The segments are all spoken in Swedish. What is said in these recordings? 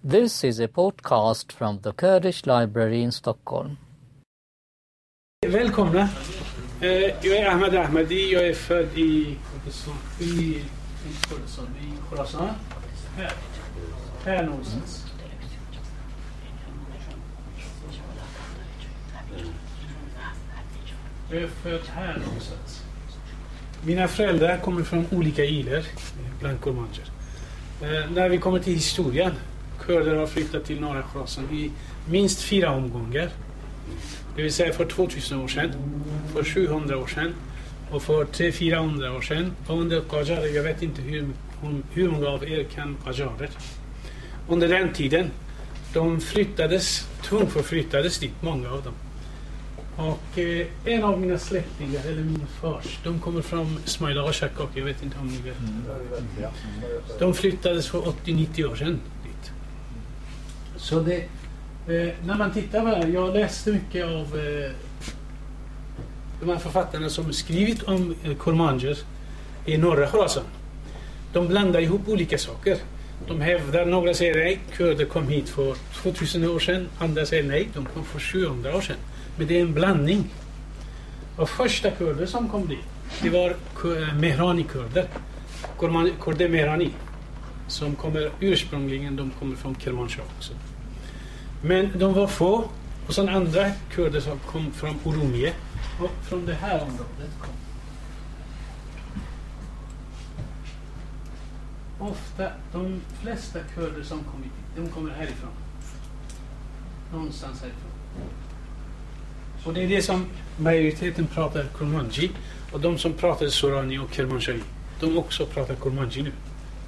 This is a podcast from the Kurdish Library in Stockholm. Välkomna. Jag är Ahmed Ahmadi. Jag är född i Khorasan. Här någonstans. Jag är född här någonstans. Mina föräldrar kommer från olika iler bland Kurmanger. När vi kommer till historien, kurder har flyttat till norra Khorasan i minst 4 omgångar. Det vill säga för 2000 år sedan, för 700 år sedan och för 300-400 år sedan. Och under Qajar, jag vet inte hur många av er kan Qajarer. Under den tiden, de tvångsförflyttades dit, många av dem. Och en av mina släktingar, eller min fars, de kommer från Ismail Agha, jag vet inte om ni vet. De flyttades för 80-90 år sedan dit. Så det, när man tittar på det här, jag läste mycket av de här författarna som skrivit om Kurmanger i norra Khorasan. De blandar ihop olika saker. De hävdar, några säger nej, kurder kom hit för 2000 år sedan, andra säger nej, de kom för 700 år sedan. Men det är en blandning. Och första kurder som kom dit, det var Mehrani-kurder. Kurder Mehrani. Som kommer ursprungligen, de kommer från Kermanshah också. Men de var få. Och sen andra kurder som kom från Oromie. Och från det här området kom. Ofta, de flesta kurder som kom hit, de kommer härifrån. Någonstans härifrån. Och det är det som majoriteten pratar Kurmanji. Och de som pratar Sorani och Kermanshah, de också pratar Kurmanji nu.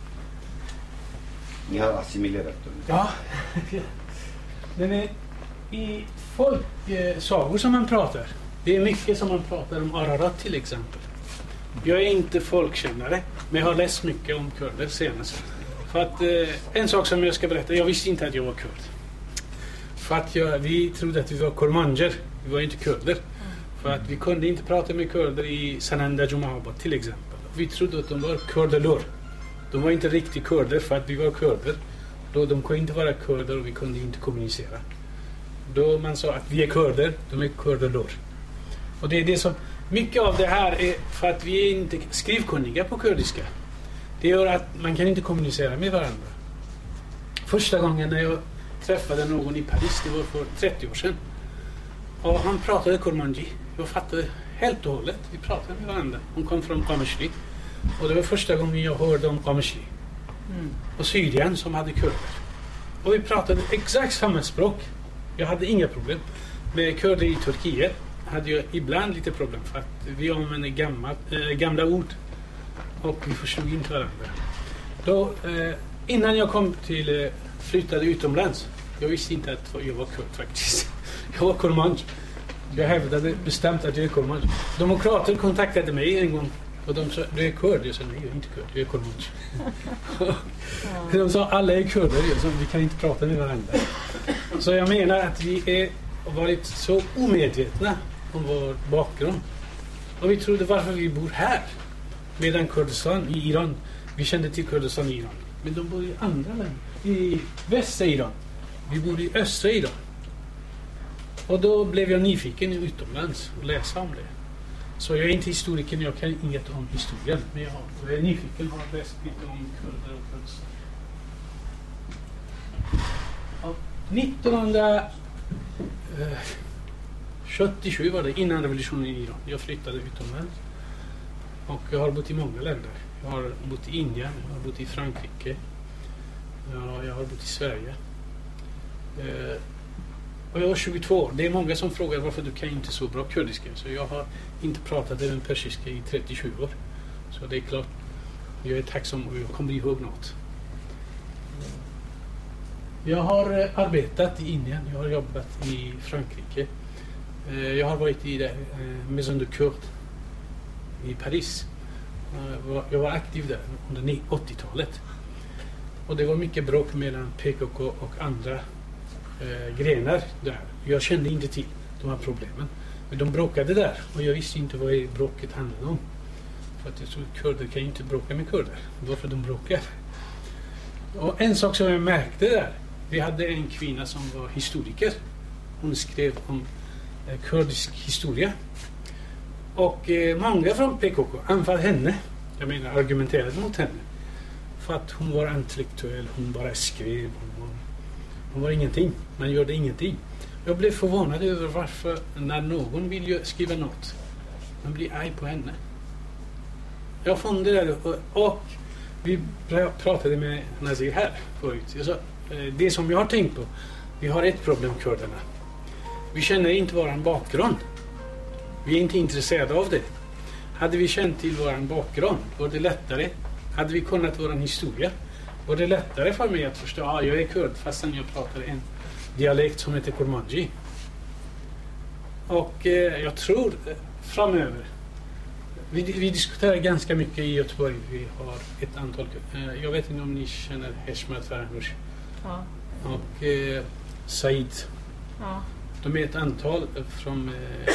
Ni har assimilerat dem? Ja. Men i folksagor som man pratar, det är mycket som man pratar om Ararat till exempel. Jag är inte folkkännare, men jag har läst mycket om kurder senast. För att en sak som jag ska berätta, jag visste inte att jag var kurd. För att vi trodde att vi var kurmanger, vi var inte kurder. För att vi kunde inte prata med kurder i Sananda Jumabad till exempel. Vi trodde att de var kurdelor. De var inte riktigt kurder för att vi var kurder. Då de kunde inte vara kurder och vi kunde inte kommunicera. Då man sa att vi är kurder, de är kurdelor. Och det är det som, mycket av det här är för att vi är inte skrivkunniga på kurdiska. Det gör att man kan inte kommunicera med varandra. Första gången när jag träffade någon i Paris, det var för 30 år sedan. Och han pratade kurmanji. Jag fattade helt och hållet. Vi pratade med varandra. Hon kom från Qamishli. Och det var första gången jag hörde om Qamishli. Och Syrien som hade kurder. Och vi pratade exakt samma språk. Jag hade inga problem. Med kurder i Turkiet hade jag ibland lite problem. För att vi använde gamla ord. Och vi förstod inte varandra. Då, innan jag flyttade utomlands. Jag visste inte att jag var kurd faktiskt. Jag var kurmanj. Jag hävdade bestämt att jag är kurmanj. Demokrater kontaktade mig en gång. Och de sa, du är kurd? Jag sa, nej jag är inte kurd, jag är kurmanj. De sa, alla är kurder. Jag sa, vi kan inte prata med varandra. Så jag menar att vi har varit så omedvetna om vår bakgrund. Och vi trodde varför vi bor här. Medan Kurdistan i Iran, vi kände till Kurdistan i Iran. Men de bor i andra länder. I västra Iran. Vi bor i östra Iran. Och då blev jag nyfiken utomlands och läsa om det. Så jag är inte historiker, jag kan inget om historien. Men jag är nyfiken och har läst lite om kurder och Kurdistan. 1977 var det, innan revolutionen i Iran. Jag flyttade utomlands. Och jag har bott i många länder. Jag har bott i Indien, jag har bott i Frankrike. Jag har bott i Sverige. Och jag var 22 år. Det är många som frågar varför du kan inte så bra kurdiska. Så jag har inte pratat även persiska i 37 år. Så det är klart, jag är tacksam och jag kommer ihåg något. Jag har arbetat i Indien, jag har jobbat i Frankrike. Jag har varit i Maison de Cour i Paris. Jag var aktiv där under 80-talet. Och det var mycket bråk mellan PKK och andra grenar där. Jag kände inte till de här problemen. Men de bråkade där och jag visste inte vad bråket handlade om. För att jag tror kurder kan inte bråka med kurder. Varför de bråkar. Och en sak som jag märkte där, Vi hade en kvinna som var historiker. Hon skrev om kurdisk historia. Och många från PKK anfall henne. Jag menar argumenterade mot henne. För att hon var intellektuell, hon bara skrev. Hon var ingenting, man gjorde ingenting. Jag blev förvånad över varför när någon vill skriva något, man blir arg på henne. Jag funderade och vi pratade med Nazir här förut. Jag sa, det som jag har tänkt på, vi har ett problem, kurderna. Vi känner inte våran bakgrund. Vi är inte intresserade av det. Hade vi känt till våran bakgrund var det lättare. Hade vi kunnat våran historia var det lättare för mig att förstå. Jag är kurd fastän jag pratar en dialekt som heter kurmanji. Och jag tror framöver. Vi diskuterar ganska mycket i Göteborg. Vi har ett antal. Jag vet inte om ni känner Heshmat Farahnush. Ja. Och Said. Ja. De är ett antal från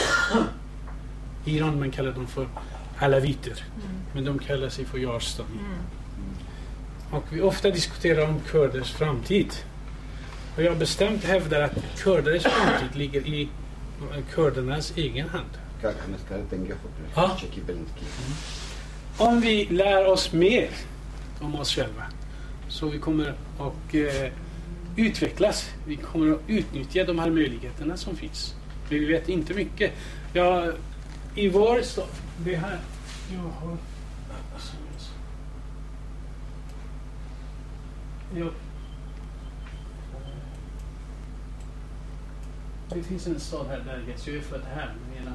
Iran, man kallar dem för alaviter. Men de kallar sig för Yarstan. Och vi ofta diskuterar om kurders framtid. Och jag bestämt hävdar att kurders framtid ligger i kurdernas egen hand. Ja. Om vi lär oss mer om oss själva så vi kommer att utvecklas. Vi kommer att utnyttja de här möjligheterna som finns. Vi vet inte mycket. I vår stad, det här jag har det finns en stad här där jag är född här medan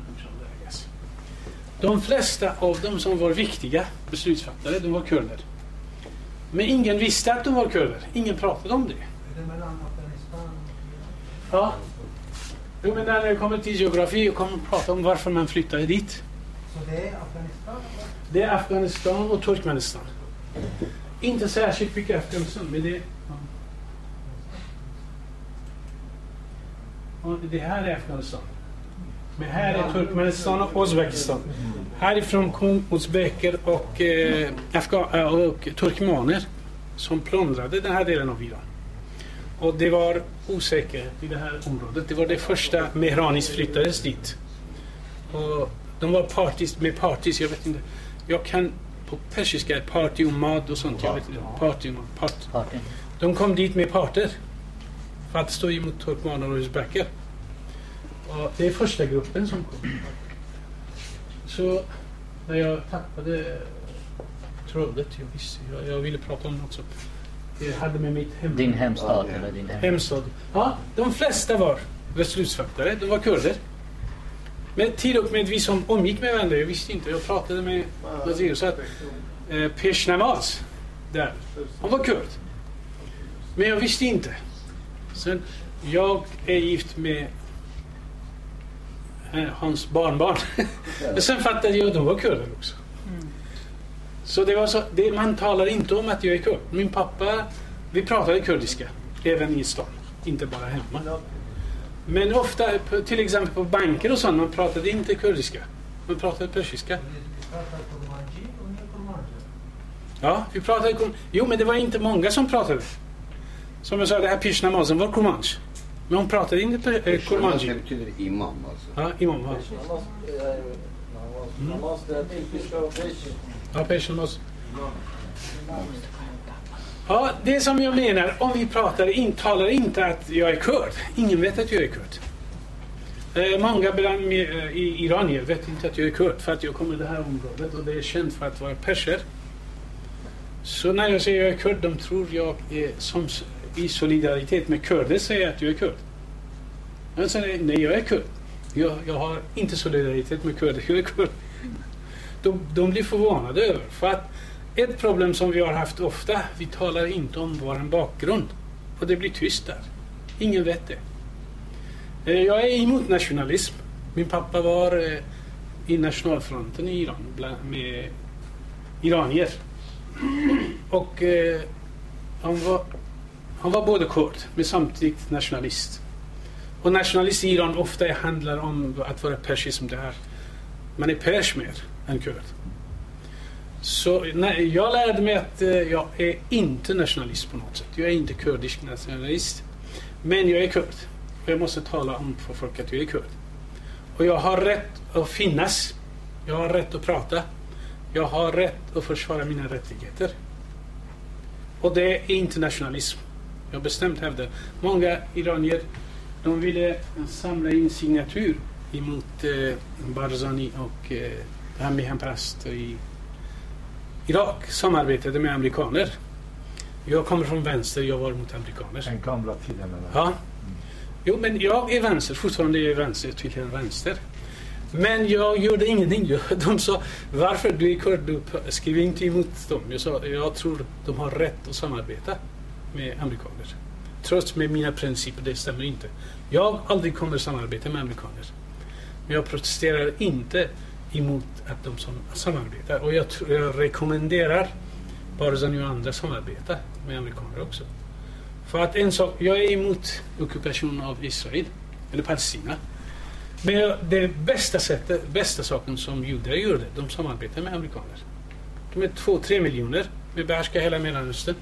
de flesta av dem som var viktiga beslutsfattare, de var kurder. Men ingen visste att de var kurder. Ingen pratade om det. Är det mellan Afghanistan? Ja. Jo, men när det kommer till geografi och kommer att prata om varför man flyttade dit. Så det är Afghanistan? Det är Afghanistan och Turkmenistan. Inte särskilt mycket Afghanistan, men det... Ja. Det här är Afghanistan. Men här är Turkmenistan och Uzbekistan. Härifrån kom uzbeker och turkmaner som plundrade den här delen av Iran. Och det var osäkerhet i det här området. Det var det första Mehranis flyttades dit. Och de var partis, jag vet inte. Jag kan på persiska party och mad och sånt. Jag vet inte. Party. De kom dit med parter för att stå emot turkmaner och uzbeker. Och det är första gruppen som kom. Så när jag tappade trådet, jag ville prata om något som jag hade med mitt hem. Din hemstad eller din hemstad. Ja, de flesta var beslutsfattare, de var kurder. Men till och med vi som omgick med varandra, jag visste inte, jag pratade med Nazir så att Peshnamaz där, han var kurd. Men jag visste inte. Sen, jag är gift med hans barnbarn. Sen fattade jag att de var kurder också. Så det var så, man talar inte om att jag är kurd. Min pappa, vi pratade kurdiska även i stan, inte bara hemma. Men ofta, till exempel på banker och sånt, man pratade inte kurdiska. Man pratade persiska. Ja, vi pratade jo, men det var inte många som pratade. Som jag sa, det här Peshnamazen var kurmanj. Men hon pratade inte kurmanji. Det betyder imam alltså. Ja, imam. Ja. Namaz det är typiskt av Peshin. Ja, Peshinamaz. Ja, det som jag menar, om vi talar inte att jag är kurd. Ingen vet att jag är kurd. Många i iranier vet inte att jag är kurd för att jag kommer det här området och det är känt för att vara perser. Så när jag säger jag är kurd, de tror jag är som i solidaritet med kurder säger att jag är kurd. Jag säger nej, jag är kurd. Jag har inte solidaritet med kurder, jag är kurd. De blir förvånade över. För att ett problem som vi har haft ofta, vi talar inte om vår bakgrund. Och det blir tyst där. Ingen vet det. Jag är emot nationalism. Min pappa var i nationalfronten i Iran med iranier. Och han var både kurd men samtidigt nationalist. Och nationalist i Iran ofta handlar om att vara persisk som det här. Man är pers mer än kurd. Så jag lärde mig att jag är inte nationalist på något sätt. Jag är inte kurdisk nationalist. Men jag är kurd. Jag måste tala om för folk att jag är kurd. Och jag har rätt att finnas. Jag har rätt att prata. Jag har rätt att försvara mina rättigheter. Och det är internationalism. Jag har bestämt hävdar. Många iranier, de ville samla in signatur emot Barzani och Hami Hemprast i Irak. Samarbetade med amerikaner. Jag kommer från vänster, jag var mot amerikaner. Den gamla tiden. Ja. Jo, men jag är vänster, fortfarande är jag vänster, jag tillhör vänster. Men jag gjorde ingenting. De sa, varför du är kurd, du skriver inte emot dem. Jag sa, jag tror de har rätt att samarbeta med amerikaner. Trots med mina principer, det stämmer inte. Jag aldrig kommer samarbeta med amerikaner. Men jag protesterar inte emot att de samarbetar. Och jag rekommenderar Barzani och andra samarbeta med amerikaner också. För att en sak, jag är emot ockupation av Israel, eller Palestina. Men det bästa saken som judar gjorde, de samarbetar med amerikaner. De är 2-3 miljoner, vi behärskar hela Mellanöstern.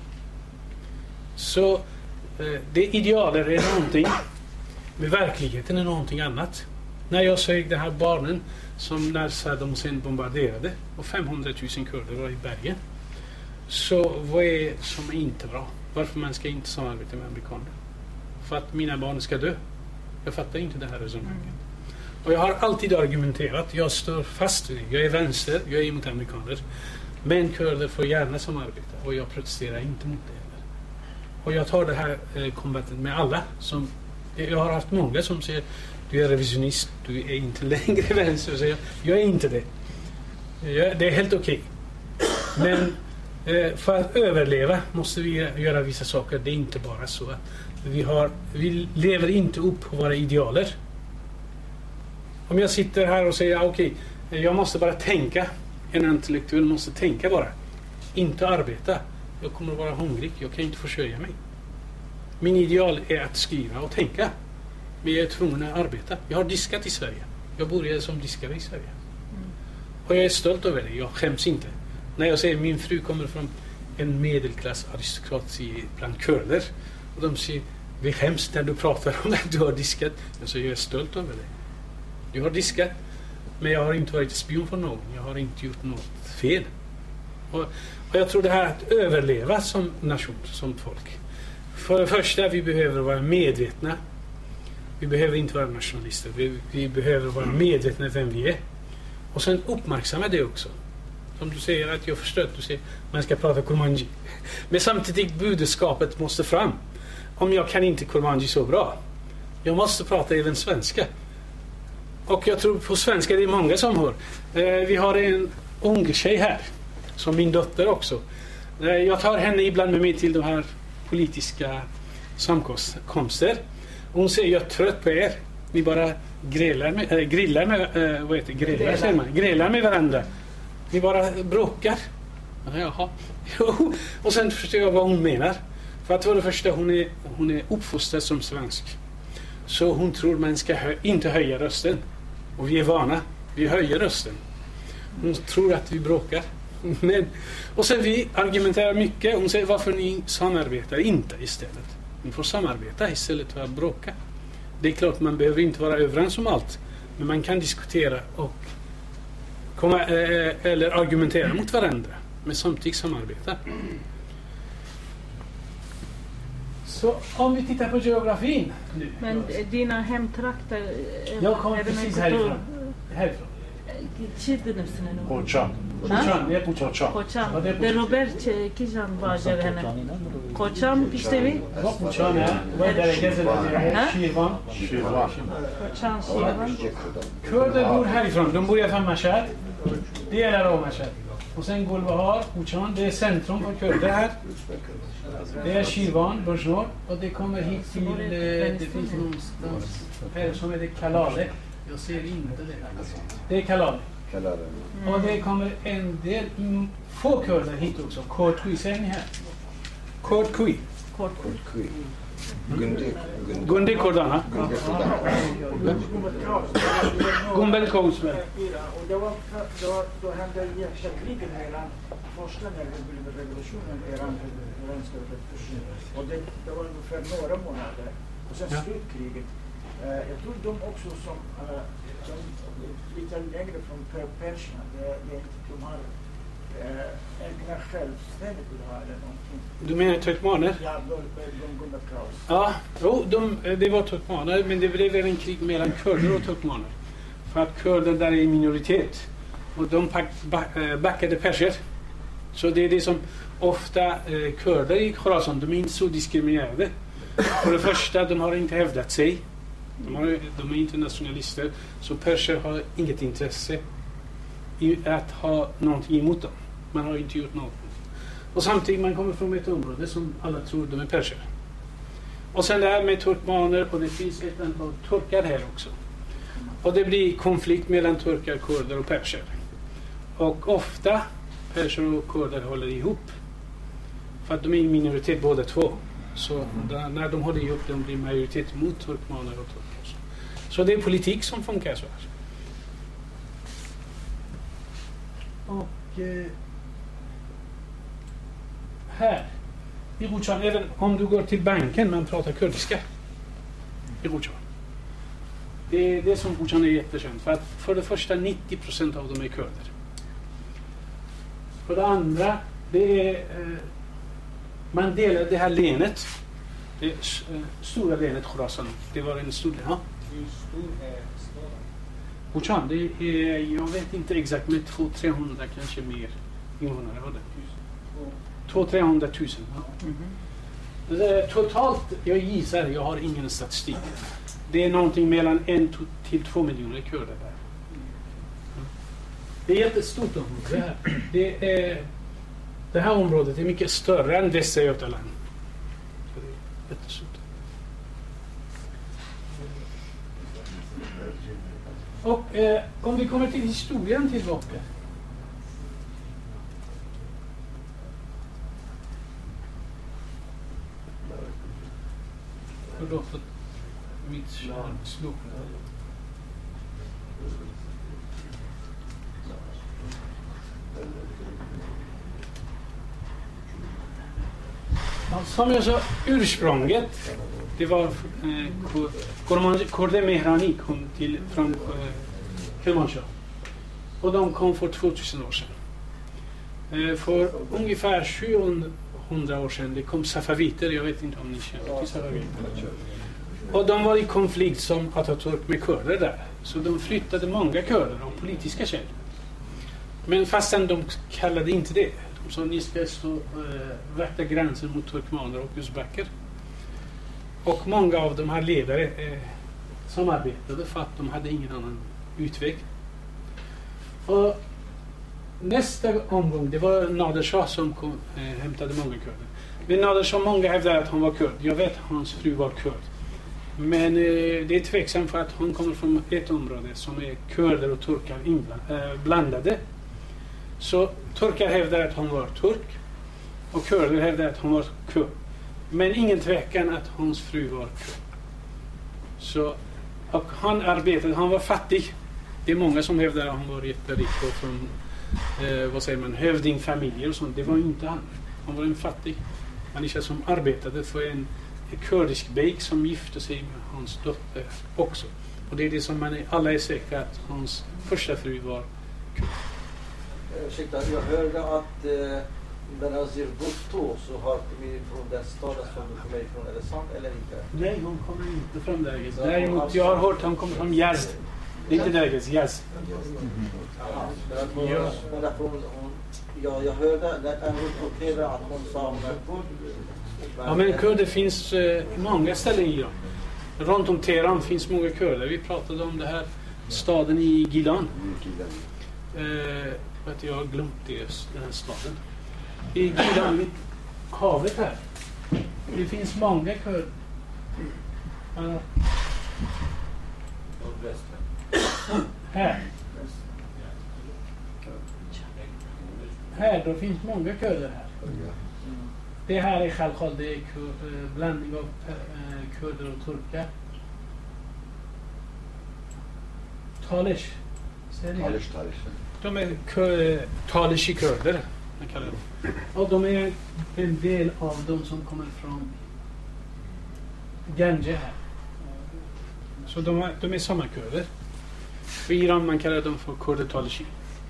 Så det idealer är någonting, men verkligheten är någonting annat. När jag såg de här barnen som när Saddam Hussein bombarderade och 500 000 kurder var i bergen. Så vad är som inte bra? Varför man ska inte samarbeta med amerikaner? För att mina barn ska dö. Jag fattar inte det här resonemanget. Och jag har alltid argumenterat, jag står fast vid det. Jag är vänster, jag är emot amerikaner. Men kurder får gärna samarbeta och jag protesterar inte mot det heller. Och jag tar det här kombatet med alla. Jag har haft många som säger, du är revisionist, du är inte längre vänster. Så jag är inte det. Det är helt okej. Men för att överleva måste vi göra vissa saker. Det är inte bara så att vi lever inte upp på våra idealer. Om jag sitter här och säger okej, jag måste bara tänka. En intellektuell måste tänka bara. Inte arbeta. Jag kommer vara hungrig. Jag kan inte försörja mig. Min ideal är att skriva och tänka. Men jag är tvungen att arbeta. Jag har diskat i Sverige. Jag började som diskare i Sverige. Och jag är stolt över det. Jag skäms inte. När jag säger min fru kommer från en medelklass aristokrat bland kurder. Och de säger, vi skäms när du pratar om att du har diskat. Jag säger, jag är stolt över det. Jag har diskat. Men jag har inte varit spion för någon. Jag har inte gjort något fel. Och jag tror det här att överleva som nation, som folk. För det första, vi behöver vara medvetna. Vi behöver inte vara nationalister. Vi behöver vara medvetna vem vi är. Och sen uppmärksamma det också. Som du säger, att jag förstår att du säger man ska prata kurmanji. Men samtidigt budskapet måste fram. Om jag kan inte kurmanji så bra. Jag måste prata även svenska. Och jag tror på svenska det är många som hör. Vi har en ung tjej här. Som min dotter också. Jag tar henne ibland med mig till de här politiska samkomster. Hon säger, jag är trött på er. Ni bara grillar med varandra. Ni bara bråkar. Jaha. Och sen förstår jag vad hon menar. För att för det första, hon är uppfostrad som svensk. Så hon tror man ska inte höja rösten. Och vi är vana. Vi höjer rösten. Hon tror att vi bråkar. Och sen vi argumenterar mycket. Hon säger, varför ni samarbetar inte istället? Ni får samarbeta istället för att bråka. Det är klart, man behöver inte vara överens om allt. Men man kan diskutera och eller argumentera mot varandra. Men samtidigt samarbeta. Så om vi tittar på geografin nu. Men dina hemtrakter... Jag kommer precis härifrån. Koçan. Det är Koçan. Koçan. Det Robert Kijan bajar henne. Koçan işte vi. Koçan är. Vad är det? Şirvan. Koçan, Şirvan. Kurder bor härifrån. De bor i Mashhad. Det är av Mashhad. Och sen Golbahar, Koçan. Det är centrum för kurder här. Det är Şirvan, Bosnor. Och det kommer hit till... Det finns någonstans här som heter Kalale. Jag ser inte det. Det är Kalale. Och det kommer en del få kurder hit också. Kortkui, ser ni här? Kortkui. Gundi Kordana. Gumbel Kousberg. Då hände jäkla kriget mellan första revolutionen, Iran ukrainska revolutionen. Och det var ungefär några månader. Och sen slutkriget. Jag tror de också som lite längre från Persien, de har egna självständigt idag eller någonting. Du menar turkmaner? Ja, Gunnar Kraus. Ja, det var turkmaner, men det blev en krig mellan kurder och turkmaner. För att kurder där är i minoritet. Och de backade perser. Så det är det som ofta kurder i Khorasan, de är inte så diskriminerade. För det första, de har inte hävdat sig. De är inte nationalister. Så perser har inget intresse i att ha någonting emot dem. Man har inte gjort något. Och samtidigt man kommer från ett område som alla tror de är perser. Och sen det här med turkmaner, och det finns ett antal turkar här också. Och det blir konflikt mellan turkar, kurder och perser. Och ofta perser och kurder håller ihop. För att de är i minoritet båda två. Så när de håller ihop, de blir majoritet mot turkmaner och turkar. Så det är politik som funkar så här. Och här i Rojhan, även om du går till banken, man pratar kurdiska i Rojhan. Det är det som Rojhan är jättekänt för att för det första 90% av dem är kurder. För det andra, det är man delar det här länet, det stora länet Khorasan. Det var en stor, ja. Hur stor är staden? Rojhan, det är, jag vet inte exakt, med 200-300 kanske mer invånare var det. 200-300 000. Ja. Totalt, jag gissar, jag har ingen statistik. Det är någonting mellan 1 till 2 miljoner kurder där. Det är jättestort område här. Det här området är mycket större än Västra Götaland. Så det är jättestort. Och om vi kommer till historien tillbaka. Förlåt att mitt kärn slog. Som jag sa, ursprunget, det var Korde Mehrani kom från Kermanshah. Och de kom för 2000 år sedan. För ungefär 700 år sedan det kom Safaviter, jag vet inte om ni känner till Safaviter. Och de var i konflikt som Atatürk med kurder där. Så de flyttade många kurder av politiska skäl. Men fastän de kallade inte det. De sa ni ska stå vakta gränser mot turkmaner och uzbeker. Och många av de här ledare samarbetade för att de hade ingen annan utväg. Och nästa omgång, det var Nader Shah som hämtade många kurder. Men Nader Shah, många hävdar att han var kurd. Jag vet att hans fru var kurd. Men det är tveksamt för att hon kommer från ett område som är kurder och turkar blandade. Så turkar hävdar att hon var turk och kurder hävdar att hon var kurd. Men ingen tvekan att hans fru var kurd. Så, och han arbetade, han var fattig. Det är många som hävdar att han var jätterik och från vad säger man, hövdingfamiljer och sånt. Det var inte han. Han var en fattig människa som arbetade för en kurdisk beg som gifte sig med hans dotter också. Och det är det som alla är säkra att hans första fru var kurd. Ursäkta, jag hörde att Benazir Bhutto så har kommit från den staden som du kommer ifrån. Är det sant eller inte? Nej, hon kommer inte från Dagis. Däremot, jag har hört att han kommer från Yazd. Det är inte Dagis, Yazd. Jag hörde att hon sa om kurd. Ja, men kurder finns i många ställen i Iran. Runt om Teheran finns många kurder. Vi pratade om det här staden i Gilan. Jag har glömt den här staden. I Gilan, vid havet här. Det finns många kurder. Här. Här, då finns många kurder här. Det här är Khalkhal, det är blandning av kurder och turkar. Talish. De är talishi kurder. man kallar dem. Och de är en del av de som kommer från Ganje här. Så de är samma kurder. I Iran man kallar dem för kurder Talishi.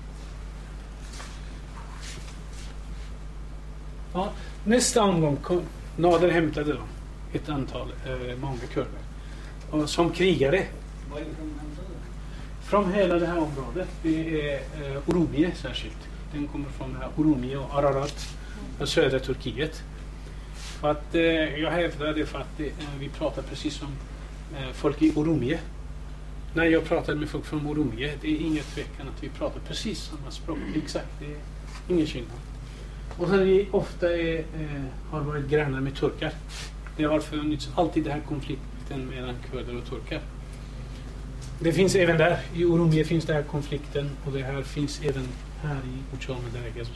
Ja, nästa omgång Nader hämtade dem ett antal, många kurder. Och som krigare. Var är det från Hamzada? Från hela det här området. Det är Oromie särskilt. Den kommer från Oromie och Ararat och södra Turkiet. För att jag hävdar det för att vi pratar precis som folk i Oromie. När jag pratar med folk från Oromie, det är inget tvekan att vi pratar precis samma språk. Exakt, det är ingen skillnad. Och sen vi ofta har varit grannar med turkar. Det har funnits alltid den här konflikten mellan kurder och turkar. Det finns även där, i Oromie finns den här konflikten och det här finns även här i Uchome där jag är.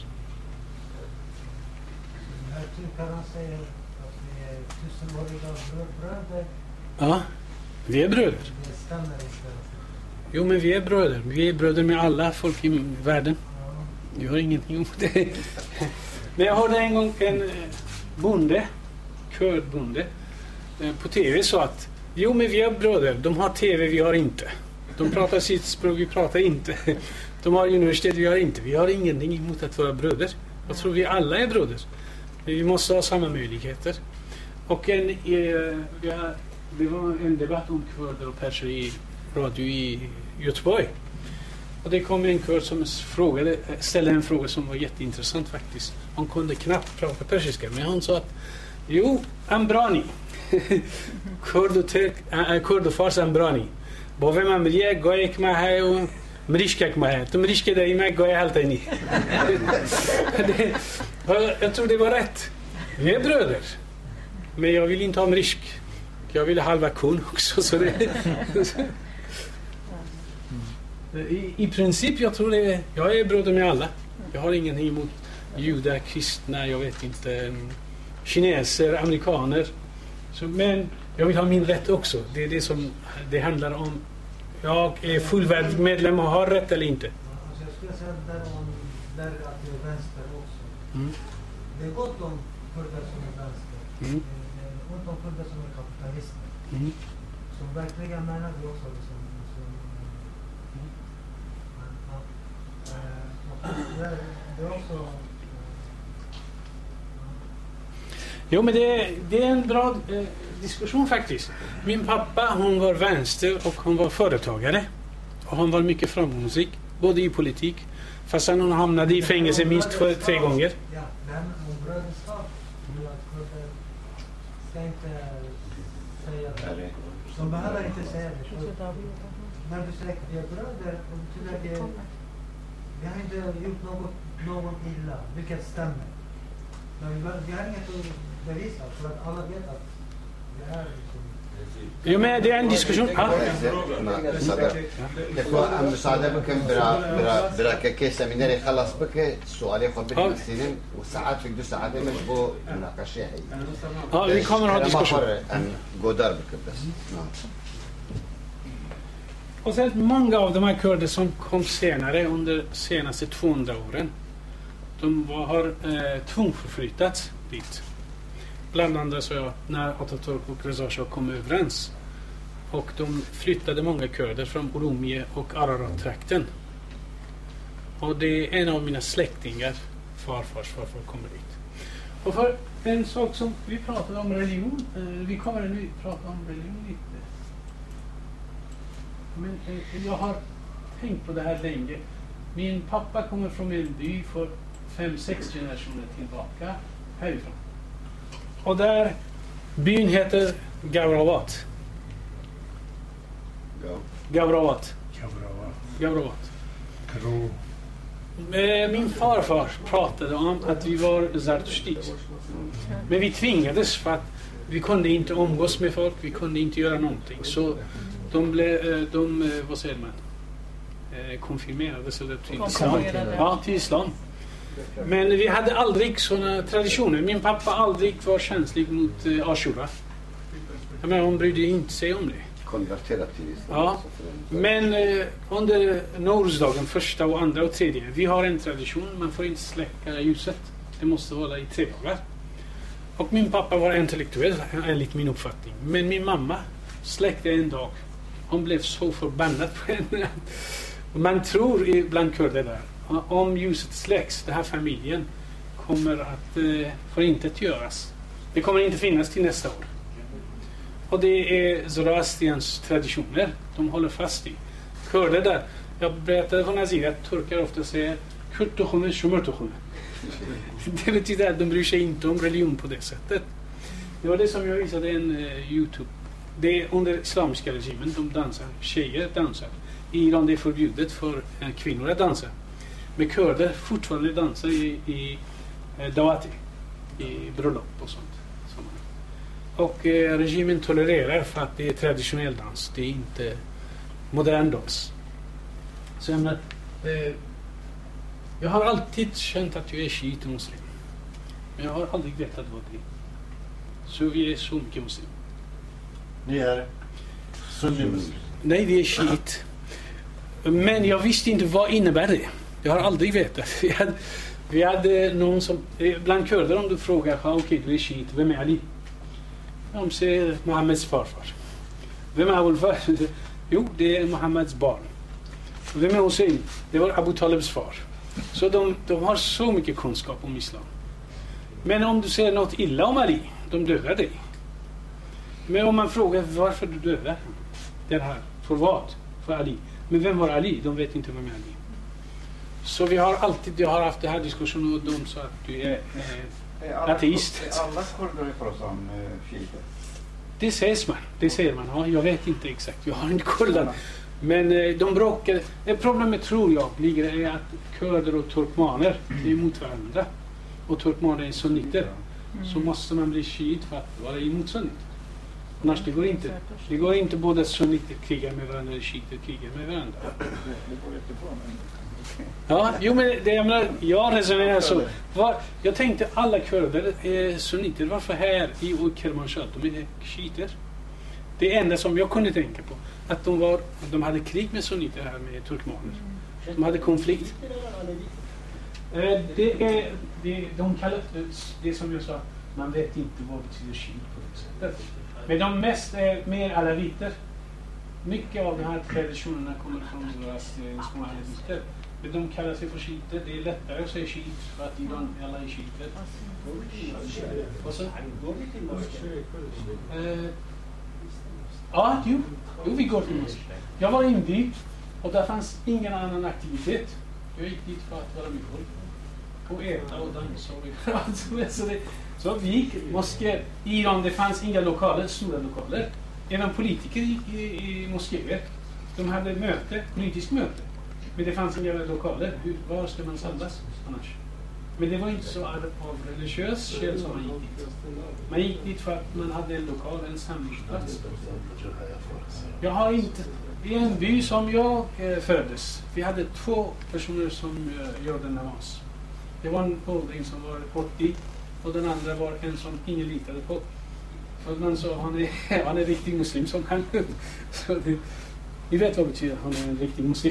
När turkarna säger att vi är tusenåriga bröder, Ja, vi är bröder. det stämmer inte. Jo, men vi är bröder. Vi är bröder med alla folk i världen. Jag har ingenting emot det. Men jag hörde en gång en bonde, kördbonde, på tv sa att jo, men vi är bröder. De har tv, vi har inte. De pratar sitt språk, vi pratar inte. De har universitet, vi har inte. Vi har ingenting emot att vara bröder. Jag tror vi alla är bröder. Vi måste ha samma möjligheter. Och det var en debatt om kurder och perser i radio i Göteborg. Och det kom en kurd som ställde en fråga som var jätteintressant faktiskt. Han kunde knappt prata persiska, men han sa att jo, ambrani. Kurd och fars ambrani. با من میگه گاهی که من و مریشک ما تو مریشک där i mig går jag helt in i. Jag tror det var rätt. Vi är bröder. Men jag vill inte ha mrisk. Jag vill ha halva kon också så det. I princip jag tror det jag är bröder med alla. Jag har ingenting emot judar, kristna, jag vet inte kineser, amerikaner. Så, men jag vill ha min rätt också. Det är det som det handlar om. Jag är fullvärdig medlem och har rätt eller inte. Alltså jag skulle säga där att det är vänster också. Det är gott om kurder som är vänster. Det är gott om kurder som är kapitalister. Som verkligen menar det också. Det är också... Jo, men det är en bra diskussion faktiskt. Min pappa, hon var vänster och hon var företagare. Och hon var mycket framgångsrik, både i politik. Fast hon hamnade i fängelse minst 3 gånger. Ja, men om bröderskap, ska inte säga det. De behöver inte säga det. När du säger att vi är bröder, betyder det vi har inte gjort någon illa, vilket stämmer. Men vi har inget att bevisa, för att alla vet att det är liksom... Jo, men det är en diskussion. المساعدة بكم برا كي سمينار يخلص بك السؤال ياخذ بك سنين وساعات في 2 ساعات مش مناقشة هي. Ja, vi kommer att ha diskussion. gå där bك بس. Och sen många av de här kurder som kom senare under senaste 200 åren, de har tvångsförflyttats dit. Bland annat så när Atatürk och Reza Shah kom överens. Och de flyttade många kurder från Oromie och Ararat-trakten. Och det är en av mina släktingar, farfar kommer dit. Och för en sak som vi pratade om religion, vi kommer nu prata om religion lite. Men jag har tänkt på det här länge. Min pappa kommer från en by för 5-6 generationer tillbaka härifrån. Och där byn heter Gavravat. Gavravat. Min farfar pratade om att vi var Zarathustis. Men vi tvingades för att vi kunde inte umgås med folk, vi kunde inte göra någonting. Så de vad säger man? Konfirmerades eller till islam. Ja, till islam. Men vi hade aldrig sådana traditioner. Min pappa aldrig var känslig mot Ashura. Men hon brydde inte sig om det. konverterat till islam. Ja, men under Nowruz-dagen, första och andra och tredje, vi har en tradition, man får inte släcka ljuset. Det måste hålla i 3 dagar. Och min pappa var intellektuell, enligt min uppfattning. Men min mamma släckte en dag. Hon blev så förbannad på henne. Man tror bland kurder där, om ljuset släcks, den här familjen kommer att förintetgöras. Det kommer inte finnas till nästa år. Och det är Zoroastriens traditioner. De håller fast i. Kurder där. Jag berättade för Nazir att turkar ofta säger kurtukhune, shumurtukhune. Det betyder att de bryr sig inte om religion på det sättet. Det var det som jag visade en YouTube. Det är under islamiska regimen. De dansar. Tjejer dansar. I Iran det är förbjudet för kvinnor att dansa. Men kurder fortfarande dansar i dawati. I bröllop och sånt. Och regimen tolererar för att det är traditionell dans. Det är inte modern dans. Så jag menar, jag har alltid känt att jag är shiit och muslim. Men jag har aldrig vetat vad det är. Så vi är så mycket muslim. Ni är sunnimuslim? Nej, vi är shiit. Men jag visste inte vad innebär det. Jag har aldrig vetat. Vi hade någon som, bland kurder om du frågar, okej, du är shiit, vem är Ali? De säger Mohammeds farfar. Vem är Abul Far? Jo, det är Mohammeds barn. Vem är Hussein? Det var Abu Talibs far. Så de har så mycket kunskap om islam. Men om du säger något illa om Ali, de dödar dig. Men om man frågar varför du dödar den här, för vad? För Ali. Men vem var Ali? De vet inte vem är Ali. Så jag har haft den här diskussionen och de sa att du är ateist. Är alla kurder i Khorasan shiiter? Det säger man. Ja, jag vet inte exakt. Jag har inte kollat. Men de bråkar. Problemet tror jag ligger i att kurder och turkmaner är emot varandra. Och turkmaner är sunniter. Så måste man bli shiit för att vara emot sunnit. Annars det går inte. Det går inte både sunniter krigar med varandra eller shiiter krigar med varandra. Ja, jo men jag resonerar så. Jag tänkte alla kurder är sunniter. Varför här i Kermanshah de är shiiter? Det enda som jag kunde tänka på att de hade krig med sunniter här med turkmaner. De hade konflikt. De kallar det som jag sa, man vet inte vad betyder shiit på det sättet. Men de mest är mer alaviter. Mycket av de här traditionerna kommer från små alaviter. Men de kallar sig för shiiter. Det är lättare att säga shiit för att Iran alla är shiiter. Och så? Ja, jo, vi går till moské. Jag var invigd och där fanns ingen annan aktivitet. Jag gick dit för att vara med folk. Och äta och dansa och så vi gick moské. I Iran det fanns inga lokaler, stora lokaler. Även politiker i moskéer. De hade politiskt möte. Men det fanns inga lokaler. Var ska man samlas annars? Men det var inte så av religiös skäl som man gick dit. Man gick dit för att man hade en lokal, en samlingsplats. Jag har inte... I en by som jag föddes, vi hade 2 personer som gjorde namaz. Det var en åldring som var 80 och den andra var en som ingen litade på. Och man sa han är en riktig muslim som han. Ni vet vad det betyder, han är en riktig muslim.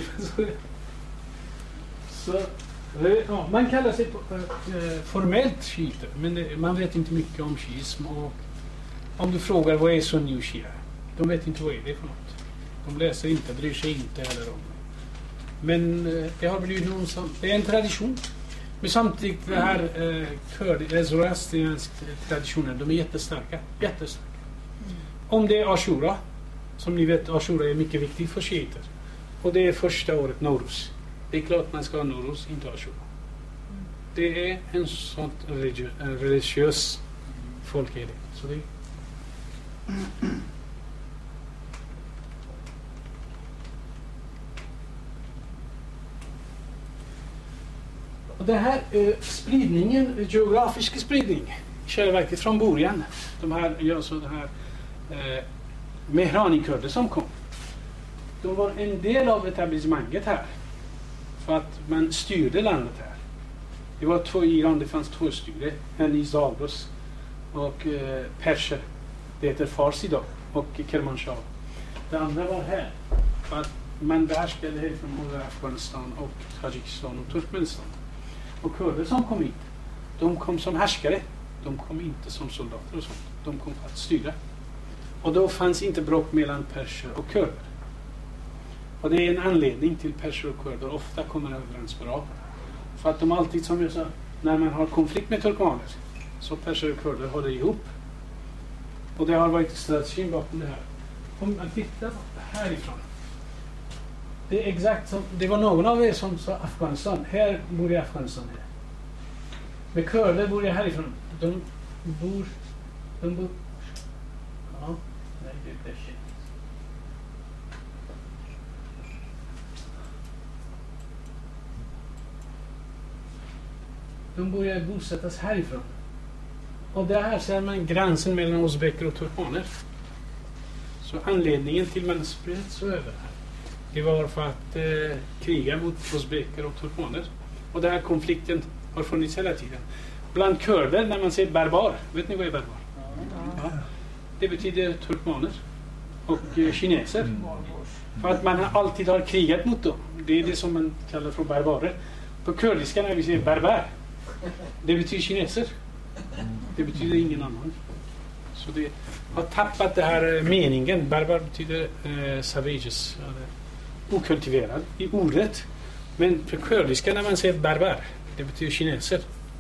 Så ja, man kallar sig formellt shiiter, men man vet inte mycket om shiism. Och om du frågar vad är sunni och shia, de vet inte vad är det för något. De läser inte, bryr sig inte heller om det. Men det har blivit det är en tradition. Men samtidigt det här zoroastrianska traditionen, de är jättestarka. Om det är Ashura, som ni vet, Ashura är mycket viktigt för shiiter. Och det är första året Nowruz. Det är klart man ska ha Nowruz, inte Ashura. Det är en sån religiös folk är det. Så det och det här spridningen, geografisk spridning, i själva verket från början, de här Mehrani-kurder som kom, de var en del av etablissemanget här, för att man styrde landet här. Det var 2 i Iran, det fanns 2 styre, en i Zagros och perser, det heter Fars idag, och Kermanshah. Det andra var här. För att man behärskade det från både Afghanistan och Tadzjikistan och Turkmenistan. Och kurder som kom hit, de kom som härskare. De kom inte som soldater och sånt. De kom för att styra. Och då fanns inte bråk mellan perser och kurder. Och det är en anledning till perser och kurder ofta kommer överens bra. För att de alltid, som jag sa, när man har konflikt med turkmaner, så perser och kurder håller ihop. Och det har varit strategin bakom det här. Om man tittar härifrån. Det är exakt som, det var någon av er som sa Afghanistan. Här bor jag i Afghanistan. Här. Med kurder bor jag härifrån. De bor... Ja, nej, det är shit. De börjar bosättas härifrån. Och där ser man gränsen mellan uzbeker och turkmaner. Så anledningen till man spred så över här, det var för att kriga mot uzbeker och turkmaner. Och den här konflikten har funnits hela tiden. Bland kurder, när man säger barbar, vet ni vad är barbar? Ja. Det betyder turkmaner och kineser. För att man alltid har krigat mot dem. Det är det som man kallar för barbarer. På kurdiska när vi säger barbar, det betyder kineser. Det betyder ingen annan. Så det har tappat det här meningen. Barbar betyder savages, okultiverad i ordet. Men på kurdiska när man säger barbar, det betyder kineser.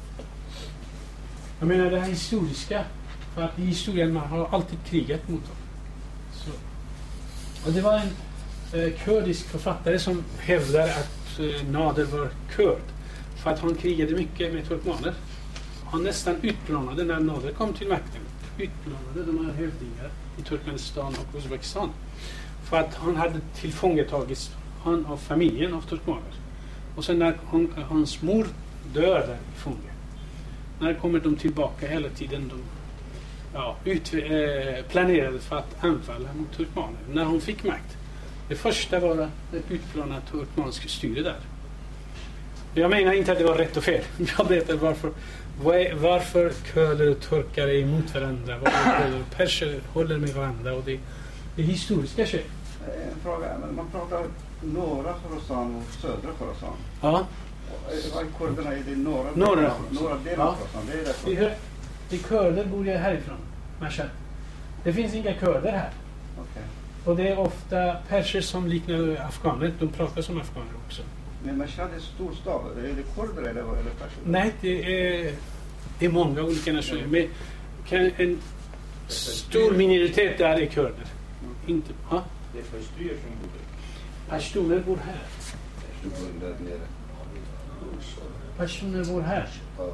Jag menar det här historiska. För att i historien man har alltid krigat mot dem. Så. Och det var en kurdisk författare som hävdar att Nader var kurd. För att han krigade mycket med turkmaner. Han nästan utplånade när Nader kom till makten. Utplånade de här hövdingar i Turkmenistan och Uzbekistan. För att han hade tillfångatagits han av familjen av turkmaner. Och sen när hans mor dör där i fånge. När kommer de tillbaka hela tiden. De planerade för att anfalla mot turkmaner. När hon fick makt. Det första var att utplåna turkmansk styre där. Jag menar inte att det var rätt och fel. Jag berättar varför kurder och turkar är emot varandra. Varför kurder och perser håller med varandra. Och det är historiska skäl. En fråga. Man pratar norra Khorasan och södra Khorasan. Ja. Vad är kurderna i det norra delen av Khorasan? Det är de kurder bor jag härifrån. Mashhad. Det finns inga kurder här. Okay. Och det är ofta perser som liknar afghaner. De pratar som afghaner också. Men Mashhad är stor stad. Är det kurder eller perser? Nej, det är många olika nationer. Men en stor minoritet där är kurder. Inte, ha? Det är pashtuner som bor där. Pashtuner bor här. Pashtuner bor här.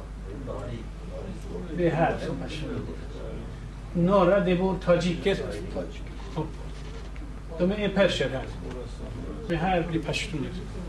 Det är här som pashtuner bor. Norra, det bor tajiker. De är perser här. Men här blir pashtuner.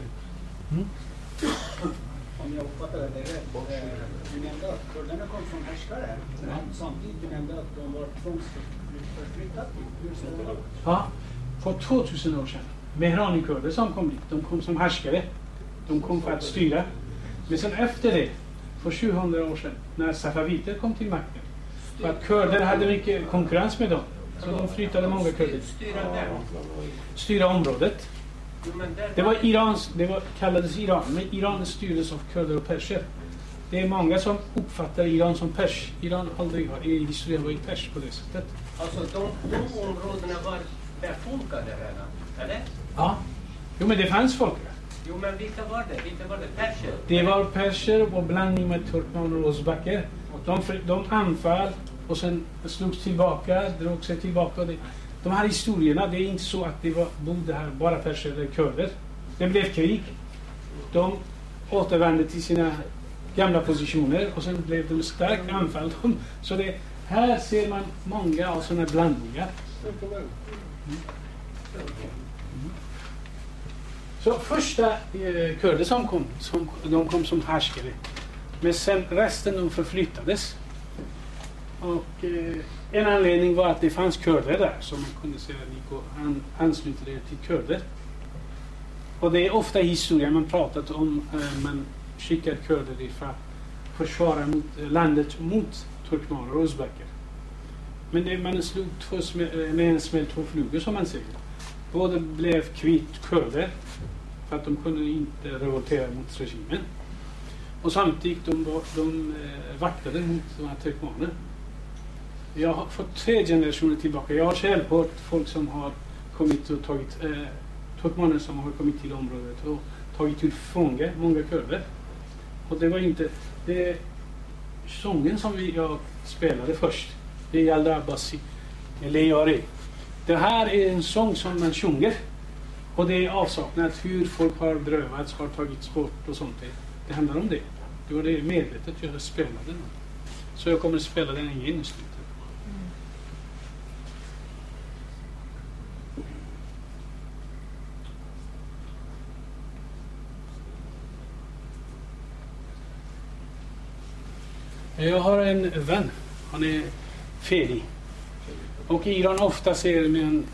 Om jag uppfattar det rätt, du nämnde att kurderna kom från härskare, men samtidigt du nämnde att de var tvångsförflyttade. Ja, för 2000 år sedan. Mehrani-kurder som kom dit, de kom som härskare. De kom för att styra. Men sen efter det, för 700 år sedan, när safaviter kom till makten, för att kurder hade mycket konkurrens med dem, så de flyttade många kurder. Styra området. Det var kallades Iran, men Iran styrdes av kurder och perser. Det är många som uppfattar Iran som pers. Iran aldrig har i historien varit pers på det sättet. Alltså de områdena var befolkade redan, eller? Ja, jo men det fanns folk. Jo men vilka var det? Vilka var det? Perser? Det var perser och blandning med turkmaner och uzbeker. De anfall och sen slogs tillbaka, drog sig tillbaka. De här historierna, det är inte så att det bodde här bara perser eller kurder. Det blev krig. De återvände till sina gamla positioner och sen blev de starkt anfall. Så här ser man många av sådana blandningar. Så första kurder som kom, de kom som härskare. Men sen resten de förflyttades. Och en anledning var att det fanns kurder där som man kunde säga att ni ansluter er till kurder. Och det är ofta i historien man pratat om man skickar kurder för att försvara landet mot turkmaner och uzbeker. Men man slog med en smäll två flugor som man säger. Både blev kvitt kurder för att de kunde inte revoltera mot regimen. Och samtidigt de vaktade mot de här turkmaner. Jag har fått 3 generationer tillbaka. Jag har själv hört folk som har kommit och tagit turkmaner som har kommit till området och tagit ut fånge, många kurder. Och det var inte det sången som jag spelade först. Det är Yalda Abbasi, Leari. Det här är en sång som man sjunger. Och det är avsaknat hur folk har berövats, har tagits bort och sånt. Det handlar om det. Det var det medvetet jag spelade den. Så jag kommer att spela den igen i slutet. Jag har en vän. Han är Feri. Och i Iran ofta ser med en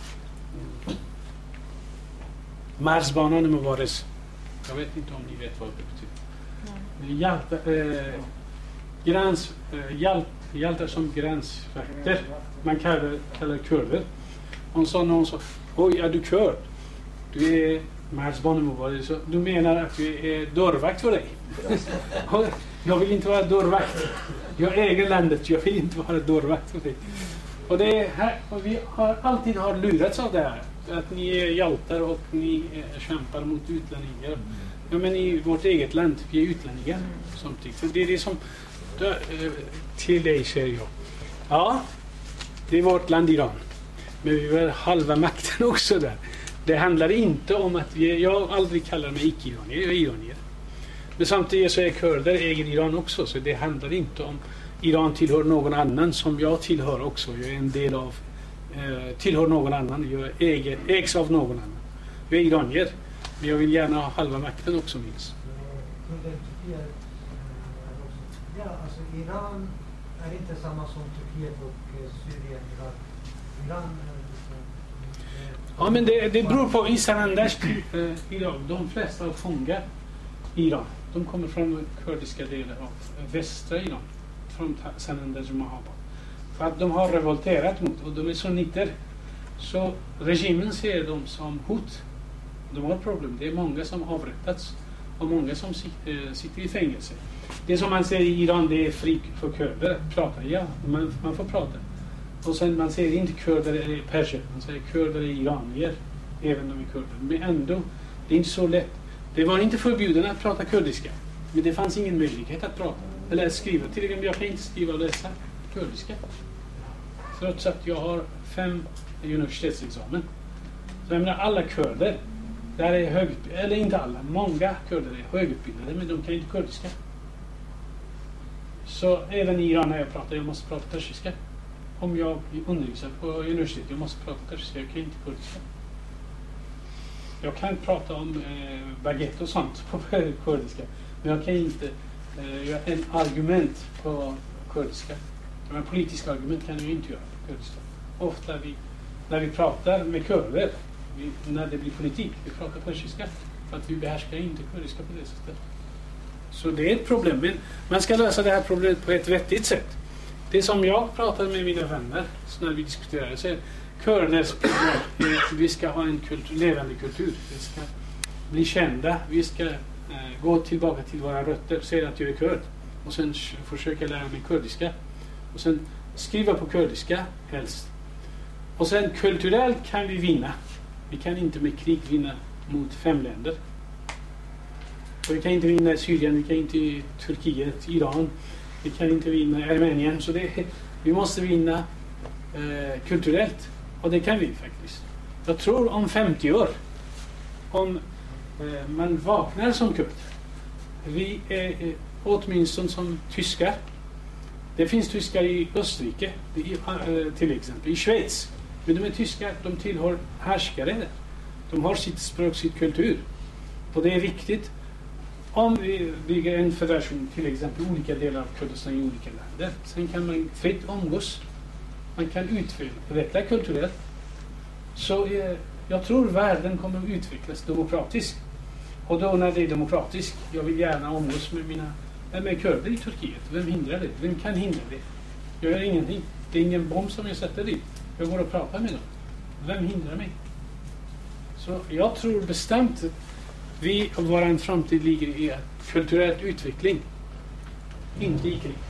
Marsbanan med vares. Jag vet inte om ni vet vad det betyder. Hjältar som gränsvakter. Man kallar kurder. Hon sa någon så, oj, är du kurd? Du är Marsbanan med vares. Du menar att du är dörrvakt för dig? Jag vill inte vara dörrvakt. Jag äger landet, jag vill inte vara dörrvakt för dig. Och det är här, och vi har alltid lurats av det här. Att ni är hjältar och ni kämpar mot utlänningar. Ja, men i vårt eget land, vi är utlänningar. Samtidigt. Det är det som till dig säger jag. Ja, det är vårt land Iran. Men vi har halva makten också där. Det handlar inte om att jag aldrig kallar mig icke-iranier, jag är iranier. Men samtidigt så är kurder äger Iran också. Så det handlar inte om Iran tillhör någon annan som jag tillhör också. Jag är en del av tillhör någon annan. Jag ägs av någon annan. Jag är iranier. Men jag vill gärna ha halva makten också minst. Ja, alltså Iran är inte samma som Turkiet och Syrien. Iran ja, men det beror på i San Anders idag. De flesta fångar i Iran. De kommer från kurdiska delar av västra Iran. Från San Anders och Mahabad. För att de har revolterat mot och de är sunniter. Så regimen ser dem som hot. De har problem. Det är många som avrättats och många som sitter i fängelse. Det som man säger i Iran, det är fri för kurder att prata. Ja, man får prata. Och sen man säger inte kurder är perser. Man säger kurder är iranier. Även de är kurder. Men ändå, det är inte så lätt. Det var inte förbjuden att prata kurdiska. Men det fanns ingen möjlighet att prata. Eller att skriva. Till exempel jag kan inte skriva och läsa kurdiska. Trots att jag har 5 universitetsexamen. Så jag menar alla kurder. Där är eller inte alla. Många kurder är högutbildade. Men de kan inte kurdiska. Så även i Iran när jag pratar. Jag måste prata persiska. Om jag undervisar på universitetet. Jag måste prata persiska. Jag kan inte kurdiska. Jag kan prata om baguette och sånt på kurdiska. Men jag kan inte göra en argument på kurdiska. Men politiska argument kan jag inte göra på kurdiska. Ofta när vi pratar med kurder, när det blir politik, vi pratar persiska. För att vi behärskar inte kurdiska på det sättet. Så det är ett problem. Men man ska lösa det här problemet på ett vettigt sätt. Det som jag pratar med mina vänner när vi diskuterar så är kurders problem är att vi ska ha en levande kultur. Vi ska bli kända. Vi ska gå tillbaka till våra rötter. Säga att jag är kurd. Och sen försöka lära mig kurdiska. Och sen skriva på kurdiska helst. Och sen kulturellt kan vi vinna. Vi kan inte med krig vinna mot 5 länder. Och vi kan inte vinna Syrien. Vi kan inte Turkiet, Iran. Vi kan inte vinna Armenien. Så vi måste vinna kulturellt. Och det kan vi faktiskt. Jag tror om 50 år. Om man vaknar som kurd. Vi är åtminstone som tyskar. Det finns tyskar i Österrike. Till exempel. I Schweiz. Men de är tyskar. De tillhör härskare där. De har sitt språk, sitt kultur. Och det är viktigt. Om vi bygger en federation, till exempel olika delar av Kurdistan i olika länder, sen kan man fritt umgås. Man kan utveckla kulturellt. Så jag tror världen kommer att utvecklas demokratiskt. Och då när det är demokratiskt, jag vill gärna umgås med kurder i Turkiet. Vem hindrar det? Vem kan hindra det? Jag gör ingenting. Det är ingen bomb som jag sätter dit. Jag går och pratar med dem. Vem hindrar mig? Så jag tror bestämt att vi och vår framtid ligger i kulturell utveckling. Inte i krig.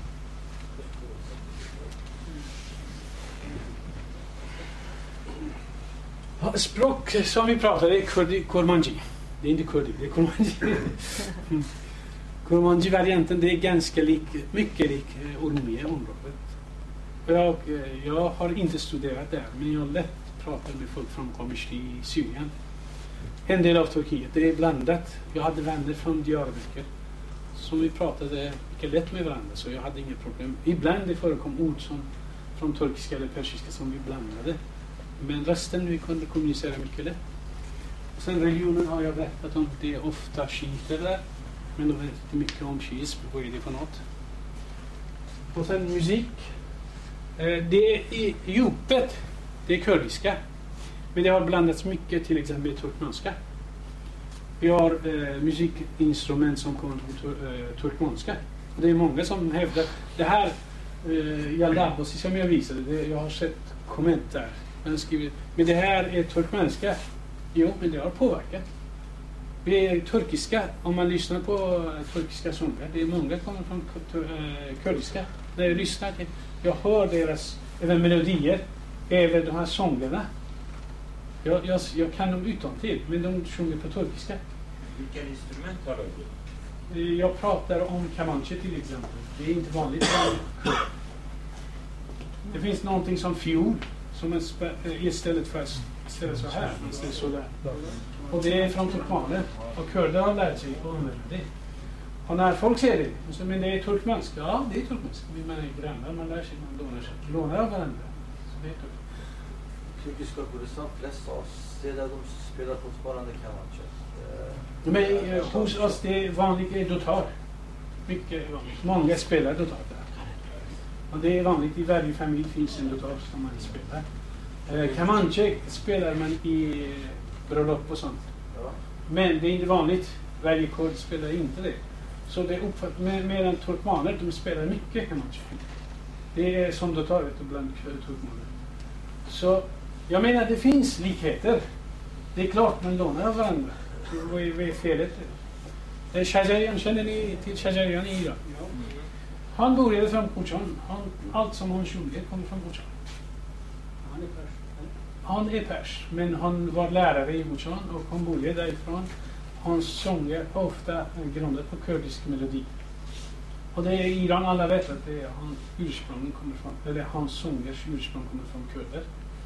Språk som vi pratar är Kurmanji. Det är inte kurdi, det är Kurmanji. Kurmanji-varianten, det är ganska mycket lik Oromia-området. Jag har inte studerat där, men jag har lätt pratat med folk från Komishli i Syrien. En del av Turkiet, det är blandat. Jag hade vänner från Diyarbakir som vi pratade mycket lätt med varandra, så jag hade inga problem. Ibland det förekom ord som från turkiska eller persiska som vi blandade. Men resten vi kunde kommunicera mycket lätt. Sen religionen har jag berättat om, det är ofta shiiter där. Men de vet inte mycket om shiism, vad är det för något? Och sen musik. Det är i djupet, det är kurdiska. Men det har blandats mycket, till exempel turkmanska. Vi har musikinstrument som kommer från turkmanska. Och det är många som hävdar, det här Yaldabossi som jag visade, jag har sett kommentarer. Men det här är turkmanska. Jo, men det har påverkat. Det är turkiska, om man lyssnar på turkiska sånger, det är många som kommer från kurdiska. När jag lyssnar till, jag hör deras även melodier, även de här sångerna. Jag kan dem utantill, men de sjunger på turkiska. Vilka instrument har du? Jag pratar om kamanche till exempel. Det är inte vanligt. Det finns någonting som fiol, som är istället för att ställa så här, istället så där. Och det är från turkmaner. Och kurder har lärt sig att använda det. Och när folk säger det, så, men det är turkmanska. Ja, det är turkmanska. Man är grannar, man lär sig, man lånar av varandra. Så det är Turkiska Kurdistan, flest av oss, det är där de spelar fortfarande kamanche. Men hos oss det är vanligt dotar. Mycket vanligt. Många spelar dotar där. Och det är vanligt, i varje familj finns en dotar som man spelar. Kamanche spelar man i bröllop och sånt. Ja. Men det är inte vanligt. Varje kurd spelar inte det. Så det är medan turkmaner, de spelar mycket kamanche. Det är som dotar bland turkmaner. Så jag menar det finns likheter. Det är klart man lånar av varandra. Vad är felet? Shajarian, känner ni till Shajarian i Iran? Ja. Han började från Buchan. Allt som han sjunger kommer från Buchan. Han är pers, men han var lärare i Buchan och han började därifrån. Hans sånger ofta grundat på kurdisk melodi. Och det är i Iran, alla vet att det är ursprungen kommer från, eller hans sångers ursprung kommer från kurder.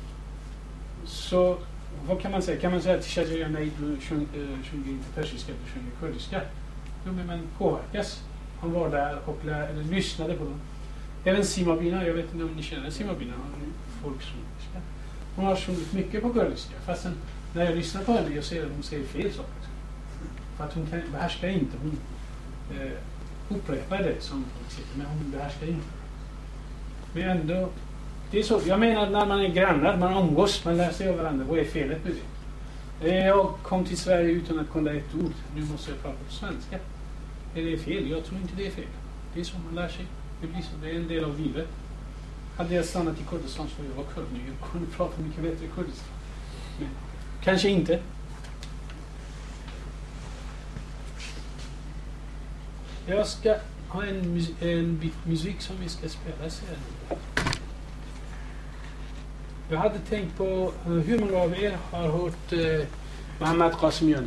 Så vad kan man säga? Kan man säga till Shajarian, nej du sjunger inte persiska, du sjunger kurdiska? Jo, men man påverkas. Han var där och lyssnade på dem. Även Simabina, jag vet inte om ni känner Simabina, folk som hon har sjungit mycket på kurdiska. Fast när jag lyssnar på henne, jag ser att hon säger fel saker. För att hon behärskar inte. Hon upprepar det som folk säger, men hon behärskar inte. Men ändå, det är så. Jag menar när man är grannar, man umgås, man lär sig av varandra. Vad är felet med det? Jag kom till Sverige utan att kunna ett ord. Nu måste jag prata på svenska. Är det fel? Jag tror inte det är fel. Det är så man lär sig. Det blir så. Det är en del av livet. Hade jag stannat i Kurdistan så jag var kurd nu. Jag kunde prata mycket bättre Kurdistan. Men kanske inte. Jag ska ha en bit musik som vi ska spela sen. Jag hade tänkt på hur många av er har hört Mohammad Qasemiani.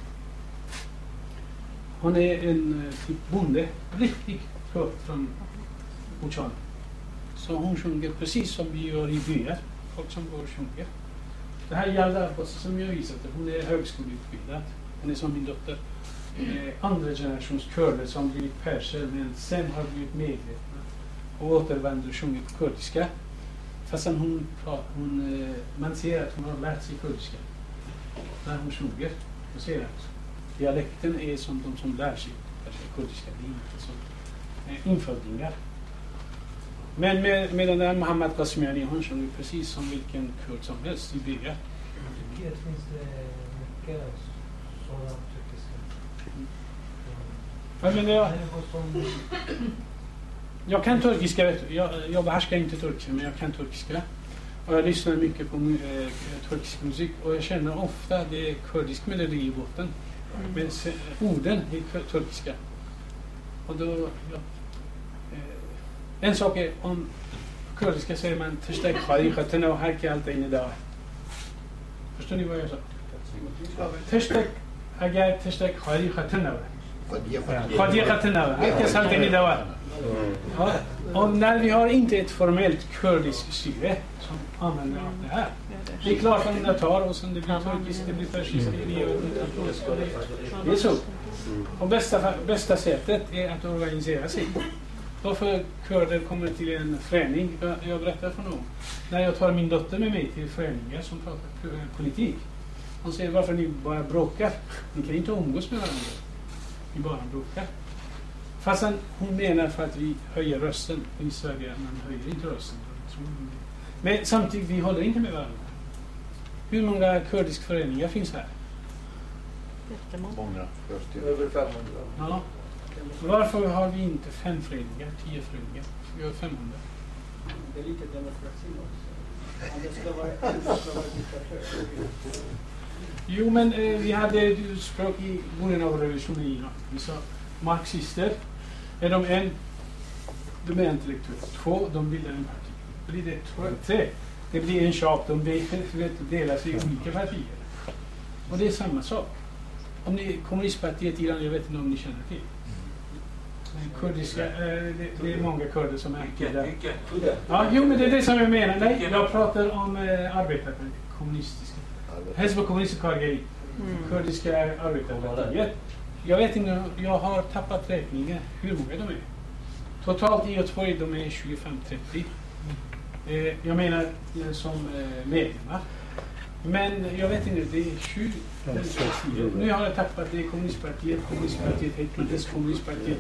Han är en typ bonde, riktigt kurd från Buchan. Så hon sjunger precis som vi gör i byar. Folk som går och sjunger. Det här Yaldabossi som jag visat, hon är högskoleutbildad. Hon är som min dotter. Andra generations kurder som blivit perser men sen har blivit medvetna. Och återvänder och sjunger på kurdiska. Fast man ser att hon har lärt sig kurdiska. När hon sjunger. Man ser att dialekten är som de som lär sig kurdiska. Det är inte som infödingar. Men med den där Mohammad Qasemiani, hon sjunger precis som vilken kurd som helst i bygget. I Turkiet finns det mycket sådana turkiska. Jag kan turkiska, vet du. Jag behärskar inte turkiska, men jag kan turkiska. Och jag lyssnar mycket på turkisk musik och jag känner ofta det är kurdisk melodi i botten. Men orden är turkiska. Och då, en sak är om kurdiska säger man تشتاق خريقتنا وحكي allt in idag. Förstår ni vad jag sa? تشتاق اگر تشتاق خريقتنا خريقتنا حكي allt in idag. Och när vi har inte ett formellt kurdiskt styre som använder allt det här. Det är klart att det tar och sen det blir turkiskt, det blir persiskt, det är så. Och bästa sättet är att organisera sig. Varför kurder kommer till en förening, jag berättar för någon. När jag tar min dotter med mig till föreningar som pratar politik. Hon säger varför ni bara bråkar. Ni kan inte umgås med varandra. Ni bara bråkar. Fast hon menar för att vi höjer rösten i Sverige, man höjer inte rösten. Men samtidigt, vi håller inte med varandra. Hur många kurdiska föreningar finns här? Många. Över 500. Ja. Varför har vi inte 5 föreningar, 10 föreningar? Vi har 500. Det är lite demokrati också. Om det ska vara diktatur. Jo, men vi hade ett språk i början av revolutionen i Iran. Vi sa marxister. Är de är intellektuella. 2, de bildar en parti. Blir det 3, det blir en tjat. De delar sig i olika partier. Och det är samma sak. Om ni kommunistpartiet i Iran, jag vet inte om ni känner till. Kurdiska, det är många kurder som är aktiva. Ja, jo, men det är det som jag menar. Nej, jag pratar om arbetarpartiet, kommunistiska. Hezbo kommunistiska Kargari, kurdiska arbetarpartiet. Jag vet inte, jag har tappat räkningen hur många de är. Totalt i Göteborg de är 25-30. Jag menar som medlemmar. Men jag vet inte, det är 20. Nu har jag tappat det kommunistpartiet, Hetmades kommunistpartiet,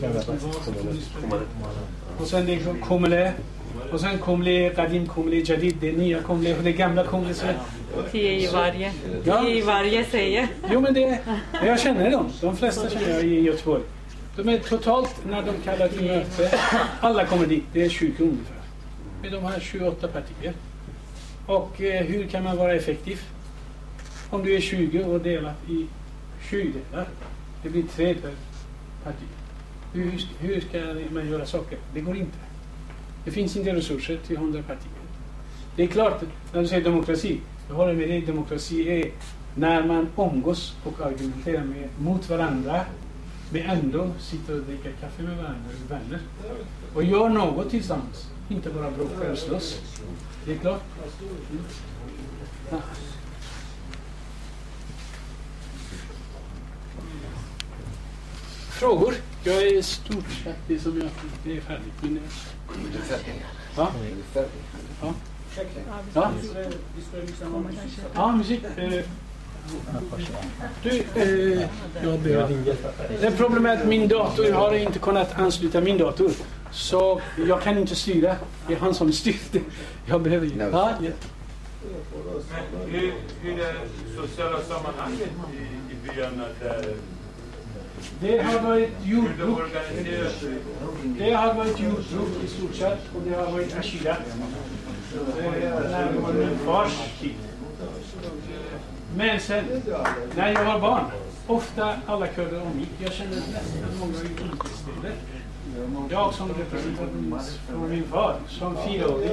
och sen det är Komle, och sen Komle, Qadim Komle, Jadid, det nya Komle, och det gamla Komle. 10 i varje. 10 i varje säger. Jo, men jag känner dem. De flesta känner jag i Göteborg. De är totalt, när de kallar till möte, alla kommer dit, det är 20 ungefär. Men de har 28 partier. Och hur kan man vara effektiv? Om du är 20 och delat i 20 delar, det blir 3 per parti. Hur ska man göra saker? Det går inte. Det finns inte resurser till 100 partier. Det är klart, när du säger demokrati, jag håller med dig, demokrati är när man umgås och argumenterar mot varandra, men ändå sitter och dricker kaffe med varandra, vänner. Och gör något tillsammans, inte bara bråkar och slåss. Det är klart. Ja. Frågor? Jag är stort sett det som det är färdigt. Men Du är färdig? Va? Du är färdig? Ja. Ja. Ja, musik. Jag ber din hjälp. Det problemet är att min dator, jag har inte kunnat ansluta min dator. Så jag kan inte styra. Det är han som styr det. Jag behöver hjälp. Ja, hjälp. Men hur är sociala sammanhanget i byarna där? Det har varit jordbruk. Det har varit jordbruk i stort sett och det har varit ashirat. När det var min fars tid. Men sen, när jag var barn, ofta alla kurder omgick. Jag kände nästan många i olika städer. Jag som representant från min far, som 4-åring.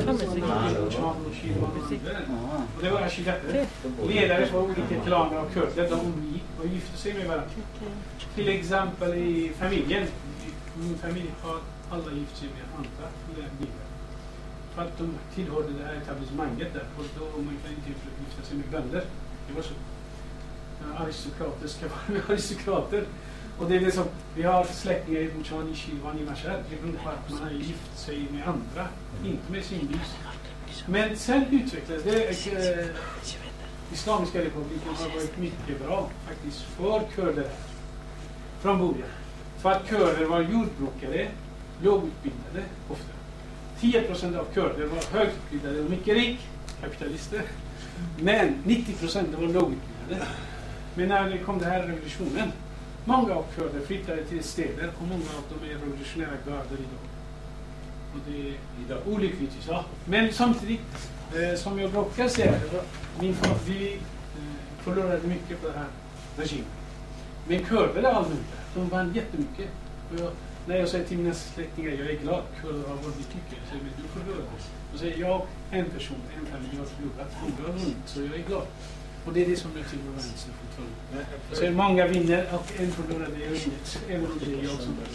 Och det var ashidater. Ledare för olika klaner och kurder, de omgick och gifte sig med varandra. Till exempel i familjen. Min familj har alla gift sig med andra ledare. För att de tillhörde det här etablissemanget där. Och då man kan inte gifta sig med bönder. Det var så. Aristokrater ska vara aristokrater. Och det är det som, vi har släktingar i Buchani, Shirvan, i Mashhad. Det beror på att man har gift sig med andra. Inte med sin bys. Men sen utvecklades det. Islamiska republiken har varit mycket bra faktiskt för kurder från början. För att kurder var jordbrukare, lågutbildade ofta. 10% av kurder var högutbildade och mycket rik, kapitalister. Men 90% var lågutbildade. Men när det kom den här revolutionen, många av kurder flyttade till städer och många av dem är revolutionära garder idag. Och det är olyckligt. Ja. Men samtidigt, som jag brukar säga, vi förlorade mycket på den här regimen. Men kurder är allmänt, de vann jättemycket. När jag säger till mina släktingar, jag är glad, kurder har varit mycket. Jag säger, men du förlorade. Och säger jag, en person, en familj har förlorat, förlorar runt, så jag är glad. Och det är det som jag tycker var vänster fortfarande. Så många vinner och en förlorar, det är inget. Även om det är jag som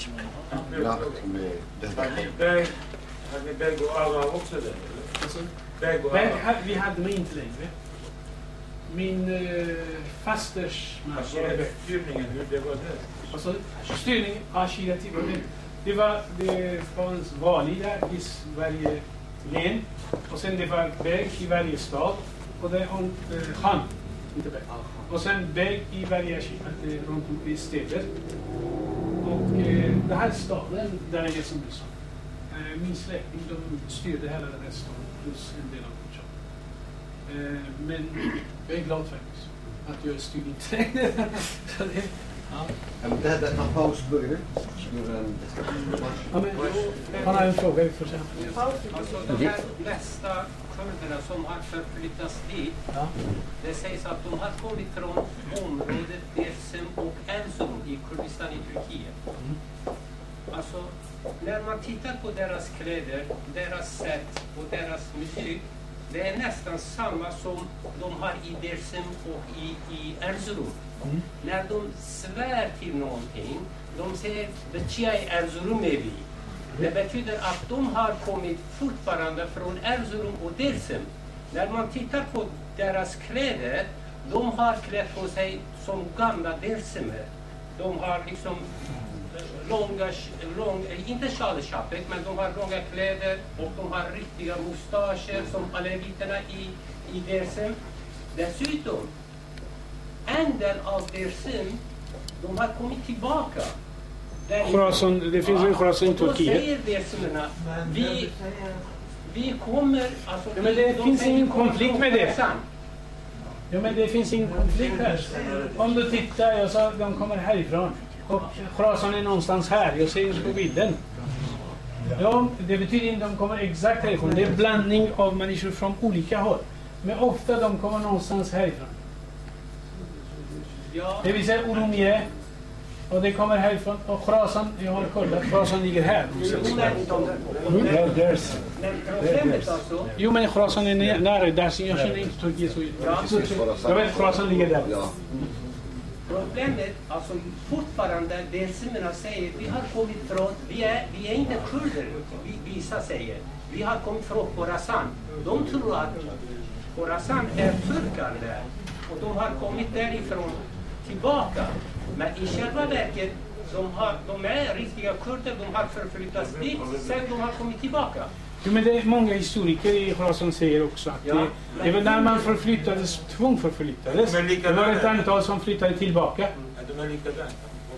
Hade ni Berg och Ara också där? Alltså, Berg och Berg, Ara? vi hade mig inte längre. Min fasters man. Alltså styrningen, hur det var det? Alltså styrningen, Ashirati var det. Det fanns vali där i varje län. Och sen det var Berg i varje stad. Och det var Khan, inte Berg. Och sen Berg i varje Ashirati runt om i städer. Och det här staden, där är det som du sa. Min släkting, de styrde hela den här staden plus en del av Punjab. Men jag är glad faktiskt att jag styr inte. Så det, det här kan paus börja. Han har en fråga vi får se. Alltså de här nästa kurderna som har förflyttats dit, det sägs att de har kommit från området Dersim och Erzurum i Kurdistan i Turkiet. Alltså, när man tittar på deras kläder, deras sätt och deras musik, det är nästan samma som de har i Dersim och i Erzurum. När de svär till någonting, de säger Betia i Erzurum är vi. Det betyder att de har kommit fortfarande från Erzurum och Dersim. När man tittar på deras kläder, de har klätt på sig som gamla Dersimer. De har liksom inte shaleshapek, men de har långa kläder och de har riktiga mustascher som aleviterna i Dersim. Dessutom, en del av Dersim, de har kommit tillbaka. Khorasan, det finns en Khorasan i Turkiet. Då säger Dersimerna, vi kommer... Alltså, ja, men det finns ingen konflikt med det. Ja, men det finns ingen konflikt här. Om du tittar, jag sa att de kommer härifrån. Och Khorasan är någonstans här, jag ser på bilden. Ja, det betyder inte att de kommer exakt härifrån. Det är en blandning av människor från olika håll. Men ofta de kommer någonstans härifrån. Det vill säga Oromie. Och det kommer härifrån. Och Khorasan, jag har kollat, Khorasan ligger här. Jo, men Khorasan är nära där, så jag känner inte Turkiet så. Jag vet, Khorasan ligger där. Problemet, alltså fortfarande, dersimerna säger vi har kommit från, vi är inte kurder, vissa säger. Vi har kommit från Khorasan. De tror att Khorasan är turkar där. Och de har kommit därifrån tillbaka. Men i själva verket, de är riktiga kurder, de har förflyttats dit, sen de har kommit tillbaka. Jo, men det är många historiker i Khorasan säger också att det var när man förflyttades, tvångförflyttades. Det var ett antal som flyttade tillbaka. De är likadant.